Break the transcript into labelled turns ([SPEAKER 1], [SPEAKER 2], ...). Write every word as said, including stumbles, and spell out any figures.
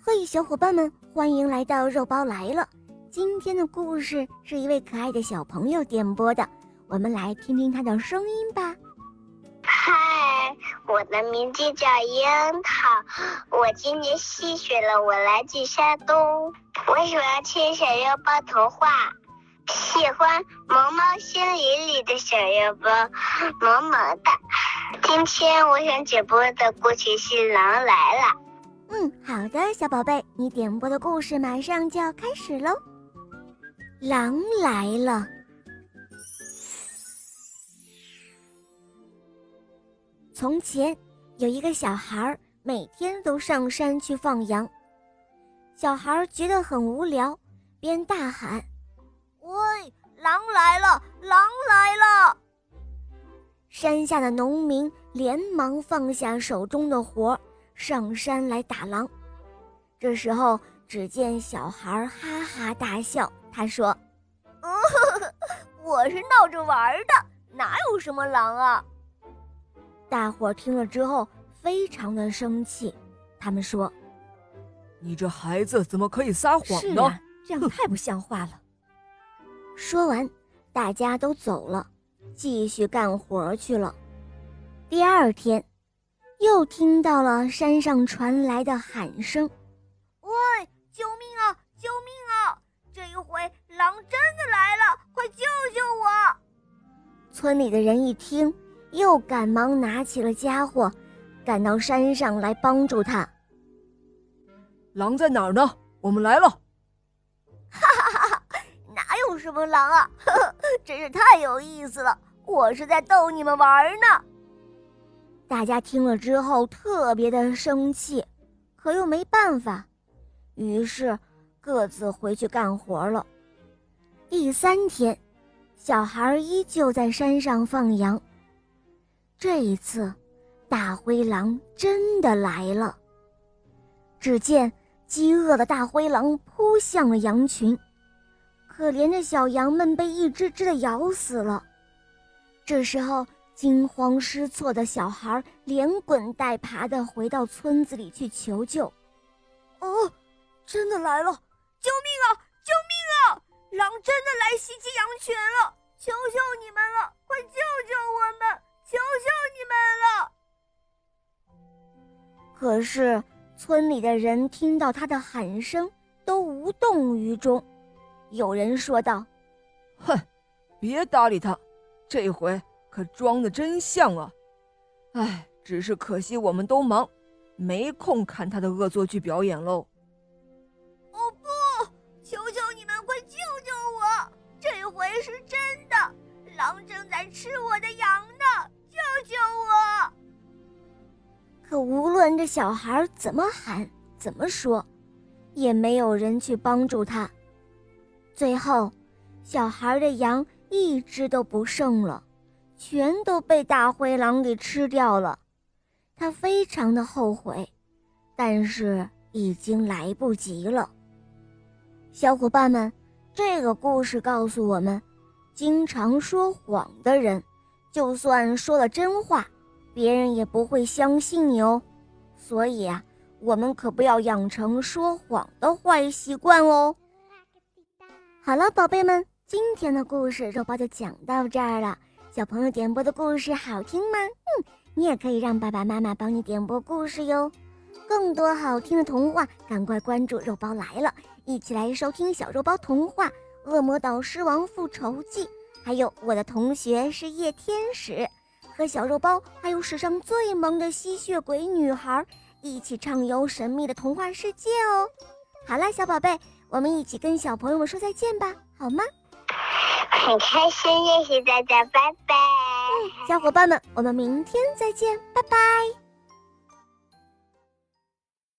[SPEAKER 1] 各位小伙伴们，欢迎来到肉包来了。今天的故事是一位可爱的小朋友点播的，我们来听听他的声音吧。
[SPEAKER 2] 嗨，我的名字叫樱桃，我今年四岁了，我来自山东。我喜欢听小肉包童话，喜欢萌猫森林里的小肉包萌萌的。今天我想点播的故事是《狼来了》。
[SPEAKER 1] 嗯，好的，小宝贝，你点播的故事马上就要开始喽。狼来了。从前有一个小孩，每天都上山去放羊。小孩觉得很无聊，便大喊：喂，狼来了，狼来了！山下的农民连忙放下手中的活，上山来打狼。这时候只见小孩哈哈大笑，他说：嗯，我是闹着玩的，哪有什么狼啊！大伙听了之后非常的生气，他们说：
[SPEAKER 3] 你这孩子怎么可以撒谎呢？
[SPEAKER 1] 是啊，这样太不像话了。说完大家都走了，继续干活去了。第二天又听到了山上传来的喊声：喂，救命啊，救命啊！这一回狼真的来了，快救救我！村里的人一听，又赶忙拿起了家伙，赶到山上来帮助他。
[SPEAKER 3] 狼在哪儿呢？我们来了！
[SPEAKER 1] 哈哈哈哈，哪有什么狼啊，呵呵，真是太有意思了，我是在逗你们玩呢。大家听了之后特别的生气，可又没办法，于是各自回去干活了。第三天，小孩依旧在山上放羊。这一次，大灰狼真的来了。只见饥饿的大灰狼扑向了羊群，可怜的小羊们被一只只的咬死了。这时候惊慌失措的小孩连滚带爬地回到村子里去求救。哦，真的来了！救命啊！救命啊！狼真的来袭击羊群了！求求你们了，快救救我们！求求你们了！可是村里的人听到他的喊声都无动于衷。有人说道：
[SPEAKER 3] 哼，别搭理他，这回可装得真像啊！哎，只是可惜我们都忙，没空看他的恶作剧表演喽。
[SPEAKER 1] 哦不，求求你们快救救我，这回是真的，狼正在吃我的羊呢，救救我！可无论这小孩怎么喊怎么说，也没有人去帮助他。最后小孩的羊一只都不剩了，全都被大灰狼给吃掉了。他非常的后悔，但是已经来不及了。小伙伴们，这个故事告诉我们，经常说谎的人，就算说了真话，别人也不会相信你哦。所以啊，我们可不要养成说谎的坏习惯哦。好了，宝贝们，今天的故事肉包就讲到这儿了。小朋友点播的故事好听吗？嗯，你也可以让爸爸妈妈帮你点播故事哟。更多好听的童话，赶快关注肉包来了，一起来收听小肉包童话《恶魔岛狮王复仇记》，还有我的同学是夜天使，和小肉包还有史上最萌的吸血鬼女孩一起畅游神秘的童话世界哦。好了，小宝贝，我们一起跟小朋友们说再见吧，好吗？
[SPEAKER 2] 很开心认识大家，拜拜。
[SPEAKER 1] 嗯，小伙伴们，我们明天再见，拜拜。